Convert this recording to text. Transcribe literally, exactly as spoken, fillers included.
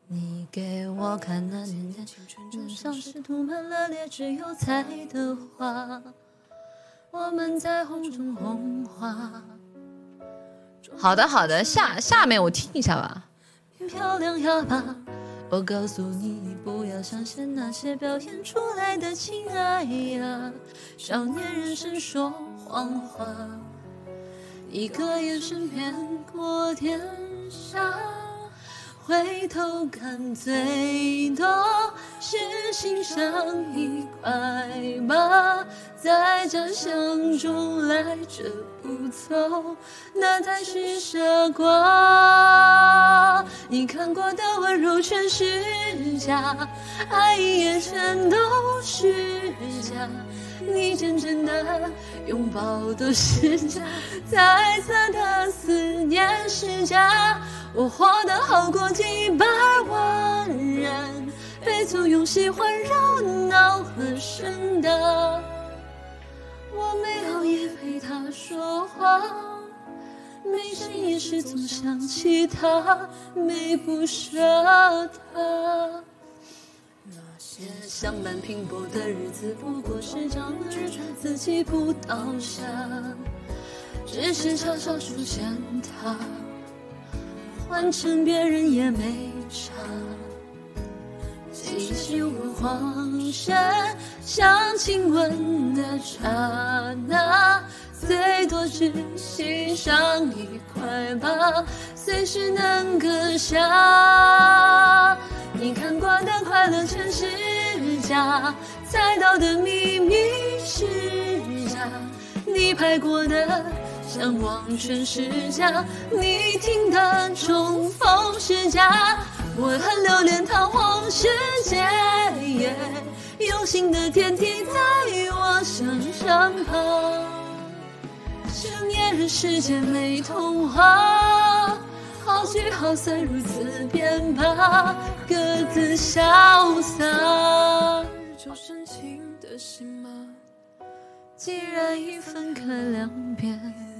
你给我看那年代，就像是涂满了劣质油彩的花，我们在红中红花。好的好的，下下面我听一下吧。漂亮哑巴，我告诉你，不要相信那些表演出来的情爱呀，少年人生说谎话，一个眼神骗过天下。回头看，最多是欣赏一块吧，在假象中来者不走，那才是傻瓜。你看过的温柔全是假，爱也全都是假，你真正的拥抱都是假，猜测的思念是假。我活得好过几百万人，被簇拥喜欢热闹和盛大。我没熬夜陪他说话，没深夜时总想起他，没不舍他。那些相伴拼搏的日子，不过是长了日自己不倒下，只是悄悄出现他，换成别人也没差。气息如黄山，像亲吻的刹那，最多只欣赏一块吧，随时能割下。你看过的快乐全是假，猜到的秘密是假，你拍过的向往全是假，你听的重逢是假。我很留恋彷徨世界，有新的天地在我身上跑。成年人世界没童话，好聚好散如此便罢，各自潇洒。就深情的心吗？既然已分开两边，